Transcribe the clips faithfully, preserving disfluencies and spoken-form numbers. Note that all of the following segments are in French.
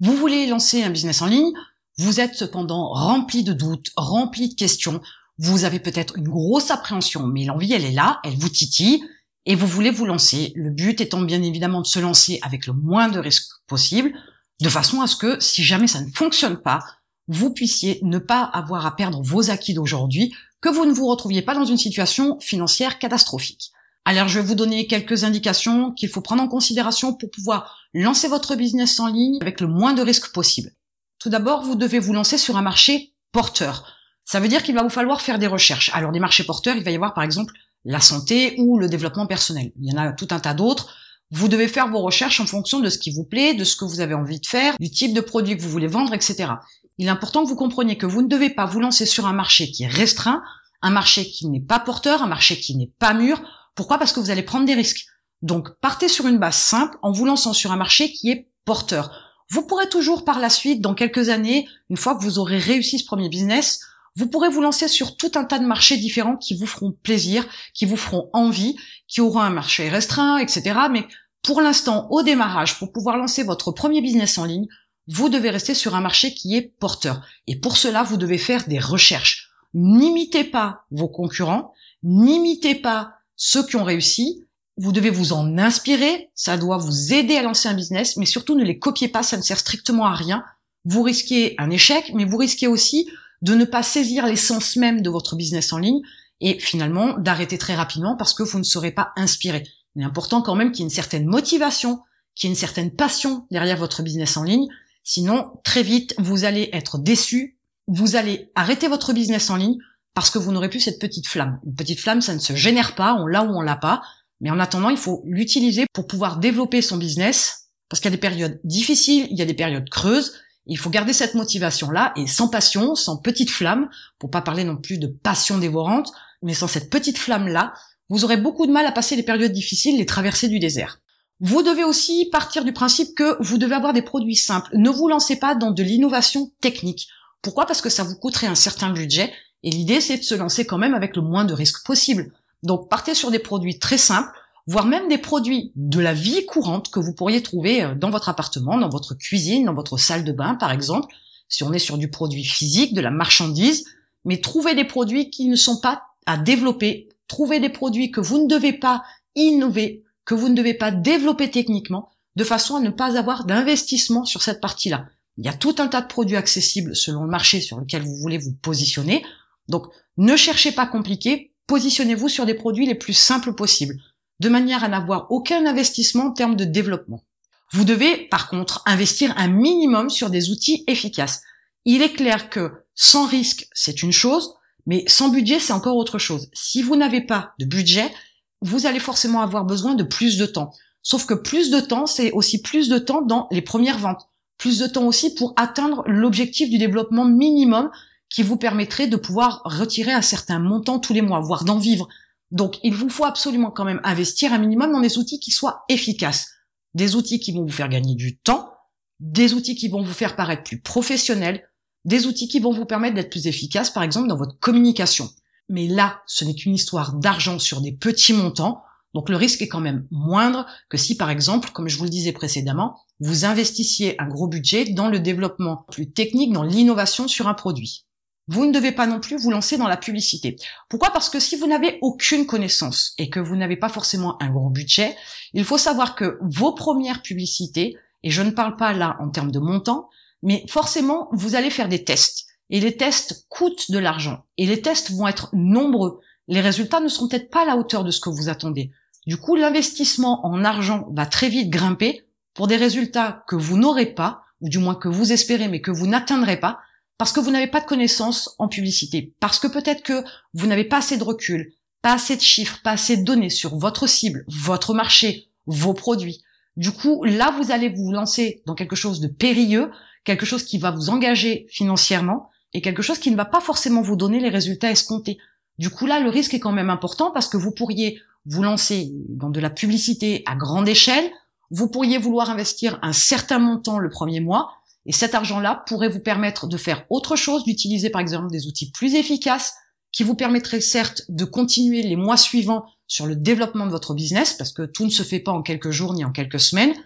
Vous voulez lancer un business en ligne, vous êtes cependant rempli de doutes, rempli de questions, vous avez peut-être une grosse appréhension, mais l'envie elle est là, elle vous titille, et vous voulez vous lancer. Le but étant bien évidemment de se lancer avec le moins de risques possible, de façon à ce que, si jamais ça ne fonctionne pas, vous puissiez ne pas avoir à perdre vos acquis d'aujourd'hui, que vous ne vous retrouviez pas dans une situation financière catastrophique. Alors je vais vous donner quelques indications qu'il faut prendre en considération pour pouvoir lancer votre business en ligne avec le moins de risques possible. Tout d'abord, vous devez vous lancer sur un marché porteur. Ça veut dire qu'il va vous falloir faire des recherches. Alors des marchés porteurs, il va y avoir par exemple la santé ou le développement personnel. Il y en a tout un tas d'autres. Vous devez faire vos recherches en fonction de ce qui vous plaît, de ce que vous avez envie de faire, du type de produit que vous voulez vendre, et cetera. Il est important que vous compreniez que vous ne devez pas vous lancer sur un marché qui est restreint, un marché qui n'est pas porteur, un marché qui n'est pas mûr. Pourquoi ? Parce que vous allez prendre des risques. Donc, partez sur une base simple en vous lançant sur un marché qui est porteur. Vous pourrez toujours par la suite, dans quelques années, une fois que vous aurez réussi ce premier business, vous pourrez vous lancer sur tout un tas de marchés différents qui vous feront plaisir, qui vous feront envie, qui auront un marché restreint, et cetera. Mais pour l'instant, au démarrage, pour pouvoir lancer votre premier business en ligne, vous devez rester sur un marché qui est porteur. Et pour cela, vous devez faire des recherches. N'imitez pas vos concurrents, n'imitez pas ceux qui ont réussi. Vous devez vous en inspirer, ça doit vous aider à lancer un business, mais surtout ne les copiez pas, ça ne sert strictement à rien. Vous risquez un échec, mais vous risquez aussi de ne pas saisir l'essence même de votre business en ligne et finalement d'arrêter très rapidement parce que vous ne serez pas inspiré. Il est important quand même qu'il y ait une certaine motivation, qu'il y ait une certaine passion derrière votre business en ligne, sinon très vite vous allez être déçu, vous allez arrêter votre business en ligne parce que vous n'aurez plus cette petite flamme. Une petite flamme, ça ne se génère pas, on l'a ou on l'a pas. Mais en attendant, il faut l'utiliser pour pouvoir développer son business, parce qu'il y a des périodes difficiles, il y a des périodes creuses, il faut garder cette motivation-là, et sans passion, sans petite flamme, pour pas parler non plus de passion dévorante, mais sans cette petite flamme-là, vous aurez beaucoup de mal à passer les périodes difficiles, les traversées du désert. Vous devez aussi partir du principe que vous devez avoir des produits simples. Ne vous lancez pas dans de l'innovation technique. Pourquoi ? Parce que ça vous coûterait un certain budget, et l'idée c'est de se lancer quand même avec le moins de risques possible. Donc partez sur des produits très simples, voire même des produits de la vie courante que vous pourriez trouver dans votre appartement, dans votre cuisine, dans votre salle de bain par exemple, si on est sur du produit physique, de la marchandise, mais trouvez des produits qui ne sont pas à développer, trouvez des produits que vous ne devez pas innover, que vous ne devez pas développer techniquement, de façon à ne pas avoir d'investissement sur cette partie-là. Il y a tout un tas de produits accessibles selon le marché sur lequel vous voulez vous positionner, donc ne cherchez pas compliqué, positionnez-vous sur des produits les plus simples possibles, de manière à n'avoir aucun investissement en termes de développement. Vous devez, par contre, investir un minimum sur des outils efficaces. Il est clair que sans risque, c'est une chose, mais sans budget, c'est encore autre chose. Si vous n'avez pas de budget, vous allez forcément avoir besoin de plus de temps. Sauf que plus de temps, c'est aussi plus de temps dans les premières ventes. Plus de temps aussi pour atteindre l'objectif du développement minimum qui vous permettrait de pouvoir retirer un certain montant tous les mois, voire d'en vivre. Donc, il vous faut absolument quand même investir un minimum dans des outils qui soient efficaces. Des outils qui vont vous faire gagner du temps, des outils qui vont vous faire paraître plus professionnels, des outils qui vont vous permettre d'être plus efficaces, par exemple, dans votre communication. Mais là, ce n'est qu'une histoire d'argent sur des petits montants, donc le risque est quand même moindre que si, par exemple, comme je vous le disais précédemment, vous investissiez un gros budget dans le développement plus technique, dans l'innovation sur un produit. Vous ne devez pas non plus vous lancer dans la publicité. Pourquoi ? Parce que si vous n'avez aucune connaissance et que vous n'avez pas forcément un gros budget, il faut savoir que vos premières publicités, et je ne parle pas là en termes de montant, mais forcément, vous allez faire des tests. Et les tests coûtent de l'argent. Et les tests vont être nombreux. Les résultats ne seront peut-être pas à la hauteur de ce que vous attendez. Du coup, l'investissement en argent va très vite grimper pour des résultats que vous n'aurez pas, ou du moins que vous espérez, mais que vous n'atteindrez pas, parce que vous n'avez pas de connaissances en publicité, parce que peut-être que vous n'avez pas assez de recul, pas assez de chiffres, pas assez de données sur votre cible, votre marché, vos produits. Du coup, là, vous allez vous lancer dans quelque chose de périlleux, quelque chose qui va vous engager financièrement et quelque chose qui ne va pas forcément vous donner les résultats escomptés. Du coup, là, le risque est quand même important parce que vous pourriez vous lancer dans de la publicité à grande échelle, vous pourriez vouloir investir un certain montant le premier mois, et cet argent-là pourrait vous permettre de faire autre chose, d'utiliser par exemple des outils plus efficaces qui vous permettraient certes de continuer les mois suivants sur le développement de votre business, parce que tout ne se fait pas en quelques jours ni en quelques semaines,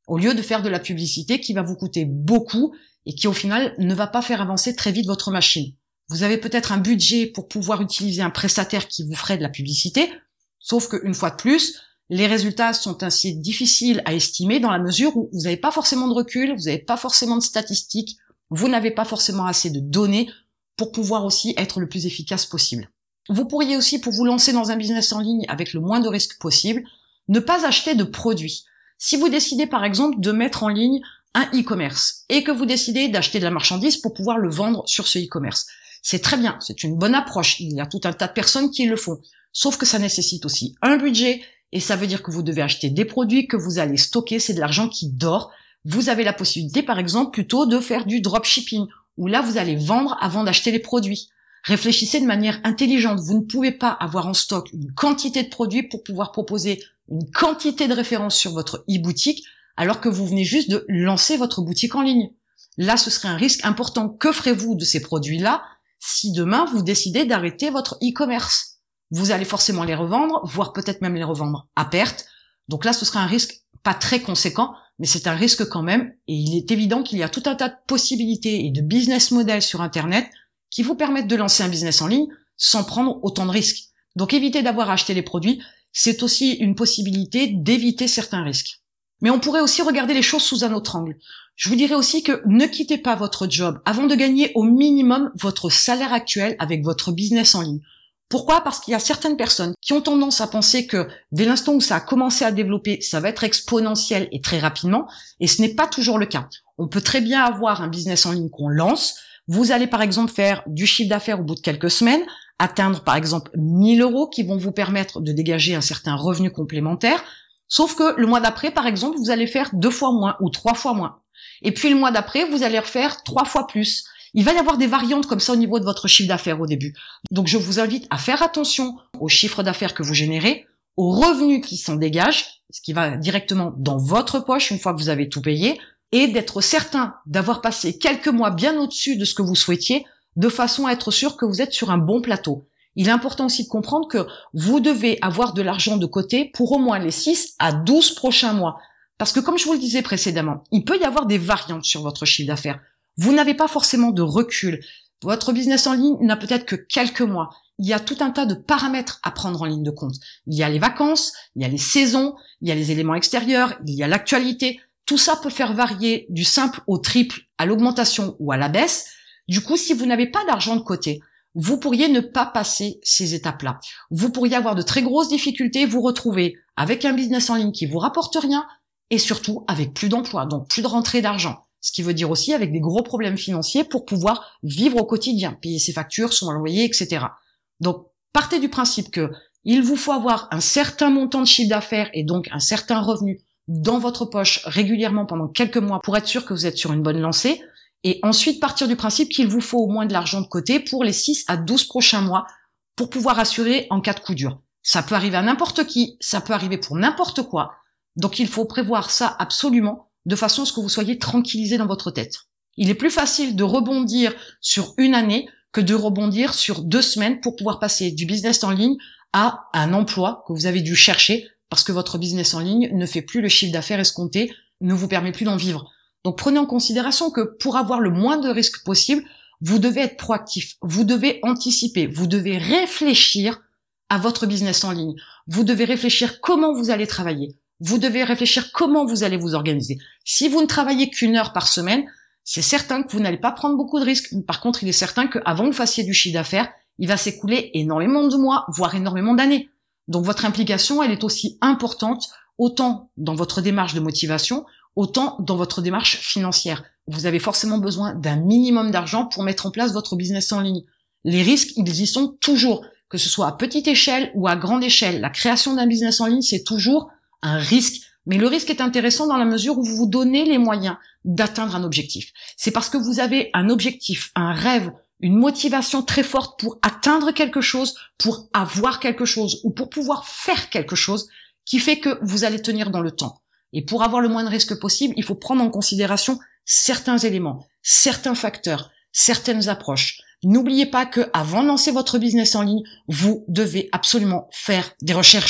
au lieu de faire de la publicité qui va vous coûter beaucoup et qui au final ne va pas faire avancer très vite votre machine. Vous avez peut-être un budget pour pouvoir utiliser un prestataire qui vous ferait de la publicité, sauf qu'une fois de plus, les résultats sont ainsi difficiles à estimer dans la mesure où vous n'avez pas forcément de recul, vous n'avez pas forcément de statistiques, vous n'avez pas forcément assez de données pour pouvoir aussi être le plus efficace possible. Vous pourriez aussi, pour vous lancer dans un business en ligne avec le moins de risques possible, ne pas acheter de produits. Si vous décidez par exemple de mettre en ligne un e-commerce et que vous décidez d'acheter de la marchandise pour pouvoir le vendre sur ce e-commerce, c'est très bien, c'est une bonne approche, il y a tout un tas de personnes qui le font, sauf que ça nécessite aussi un budget et ça veut dire que vous devez acheter des produits que vous allez stocker, c'est de l'argent qui dort. Vous avez la possibilité par exemple plutôt de faire du dropshipping où là vous allez vendre avant d'acheter les produits. Réfléchissez de manière intelligente, vous ne pouvez pas avoir en stock une quantité de produits pour pouvoir proposer une quantité de références sur votre e-boutique alors que vous venez juste de lancer votre boutique en ligne. Là, ce serait un risque important. Que ferez-vous de ces produits-là si demain vous décidez d'arrêter votre e-commerce? Vous allez forcément les revendre, voire peut-être même les revendre à perte. Donc là, ce sera un risque pas très conséquent, mais c'est un risque quand même. Et il est évident qu'il y a tout un tas de possibilités et de business models sur Internet qui vous permettent de lancer un business en ligne sans prendre autant de risques. Donc éviter d'avoir acheté les produits, c'est aussi une possibilité d'éviter certains risques. Mais on pourrait aussi regarder les choses sous un autre angle. Je vous dirais aussi que ne quittez pas votre job avant de gagner au minimum votre salaire actuel avec votre business en ligne. Pourquoi ? Parce qu'il y a certaines personnes qui ont tendance à penser que dès l'instant où ça a commencé à développer, ça va être exponentiel et très rapidement, et ce n'est pas toujours le cas. On peut très bien avoir un business en ligne qu'on lance. Vous allez par exemple faire du chiffre d'affaires au bout de quelques semaines, atteindre par exemple mille euros qui vont vous permettre de dégager un certain revenu complémentaire, sauf que le mois d'après par exemple, vous allez faire deux fois moins ou trois fois moins. Et puis le mois d'après, vous allez refaire trois fois plus. Il va y avoir des variantes comme ça au niveau de votre chiffre d'affaires au début. Donc je vous invite à faire attention au chiffre d'affaires que vous générez, aux revenus qui s'en dégagent, ce qui va directement dans votre poche une fois que vous avez tout payé, et d'être certain d'avoir passé quelques mois bien au-dessus de ce que vous souhaitiez, de façon à être sûr que vous êtes sur un bon plateau. Il est important aussi de comprendre que vous devez avoir de l'argent de côté pour au moins les six à douze prochains mois. Parce que comme je vous le disais précédemment, il peut y avoir des variantes sur votre chiffre d'affaires. Vous n'avez pas forcément de recul. Votre business en ligne n'a peut-être que quelques mois. Il y a tout un tas de paramètres à prendre en ligne de compte. Il y a les vacances, il y a les saisons, il y a les éléments extérieurs, il y a l'actualité. Tout ça peut faire varier du simple au triple, à l'augmentation ou à la baisse. Du coup, si vous n'avez pas d'argent de côté, vous pourriez ne pas passer ces étapes-là. Vous pourriez avoir de très grosses difficultés, vous retrouver avec un business en ligne qui vous rapporte rien et surtout avec plus d'emploi, donc plus de rentrée d'argent. Ce qui veut dire aussi avec des gros problèmes financiers pour pouvoir vivre au quotidien, payer ses factures, son loyer, et cetera. Donc, partez du principe que il vous faut avoir un certain montant de chiffre d'affaires et donc un certain revenu dans votre poche régulièrement pendant quelques mois pour être sûr que vous êtes sur une bonne lancée. Et ensuite, partir du principe qu'il vous faut au moins de l'argent de côté pour les six à douze prochains mois pour pouvoir assurer en cas de coup dur. Ça peut arriver à n'importe qui, ça peut arriver pour n'importe quoi. Donc, il faut prévoir ça absolument de façon à ce que vous soyez tranquillisé dans votre tête. Il est plus facile de rebondir sur une année que de rebondir sur deux semaines pour pouvoir passer du business en ligne à un emploi que vous avez dû chercher parce que votre business en ligne ne fait plus le chiffre d'affaires escompté, ne vous permet plus d'en vivre. Donc prenez en considération que pour avoir le moins de risques possible, vous devez être proactif, vous devez anticiper, vous devez réfléchir à votre business en ligne. Vous devez réfléchir comment vous allez travailler. Vous devez réfléchir comment vous allez vous organiser. Si vous ne travaillez qu'une heure par semaine, c'est certain que vous n'allez pas prendre beaucoup de risques. Par contre, il est certain qu'avant que vous fassiez du chiffre d'affaires, il va s'écouler énormément de mois, voire énormément d'années. Donc votre implication, elle est aussi importante, autant dans votre démarche de motivation, autant dans votre démarche financière. Vous avez forcément besoin d'un minimum d'argent pour mettre en place votre business en ligne. Les risques, ils y sont toujours, que ce soit à petite échelle ou à grande échelle. La création d'un business en ligne, c'est toujours un risque, mais le risque est intéressant dans la mesure où vous vous donnez les moyens d'atteindre un objectif. C'est parce que vous avez un objectif, un rêve, une motivation très forte pour atteindre quelque chose, pour avoir quelque chose ou pour pouvoir faire quelque chose qui fait que vous allez tenir dans le temps. Et pour avoir le moins de risques possible, il faut prendre en considération certains éléments, certains facteurs, certaines approches. N'oubliez pas que avant de lancer votre business en ligne, vous devez absolument faire des recherches.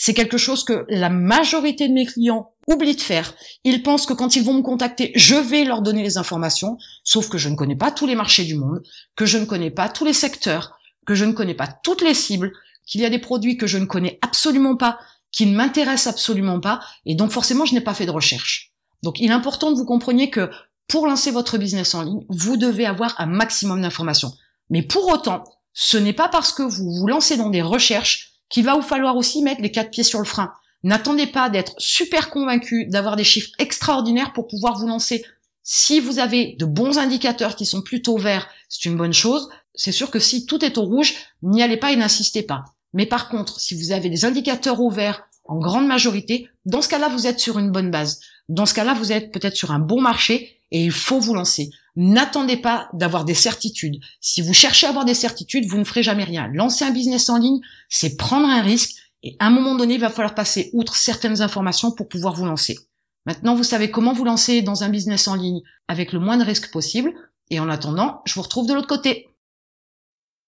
C'est quelque chose que la majorité de mes clients oublient de faire. Ils pensent que quand ils vont me contacter, je vais leur donner les informations, sauf que je ne connais pas tous les marchés du monde, que je ne connais pas tous les secteurs, que je ne connais pas toutes les cibles, qu'il y a des produits que je ne connais absolument pas, qui ne m'intéressent absolument pas, et donc forcément je n'ai pas fait de recherche. Donc il est important que vous compreniez que pour lancer votre business en ligne, vous devez avoir un maximum d'informations. Mais pour autant, ce n'est pas parce que vous vous lancez dans des recherches qu'il va vous falloir aussi mettre les quatre pieds sur le frein. N'attendez pas d'être super convaincu, d'avoir des chiffres extraordinaires pour pouvoir vous lancer. Si vous avez de bons indicateurs qui sont plutôt verts, c'est une bonne chose. C'est sûr que si tout est au rouge, n'y allez pas et n'insistez pas. Mais par contre, si vous avez des indicateurs au vert en grande majorité, dans ce cas-là, vous êtes sur une bonne base. Dans ce cas-là, vous êtes peut-être sur un bon marché et il faut vous lancer. N'attendez pas d'avoir des certitudes. Si vous cherchez à avoir des certitudes, vous ne ferez jamais rien. Lancer un business en ligne, c'est prendre un risque et à un moment donné, il va falloir passer outre certaines informations pour pouvoir vous lancer. Maintenant, vous savez comment vous lancer dans un business en ligne avec le moins de risques possible et en attendant, je vous retrouve de l'autre côté.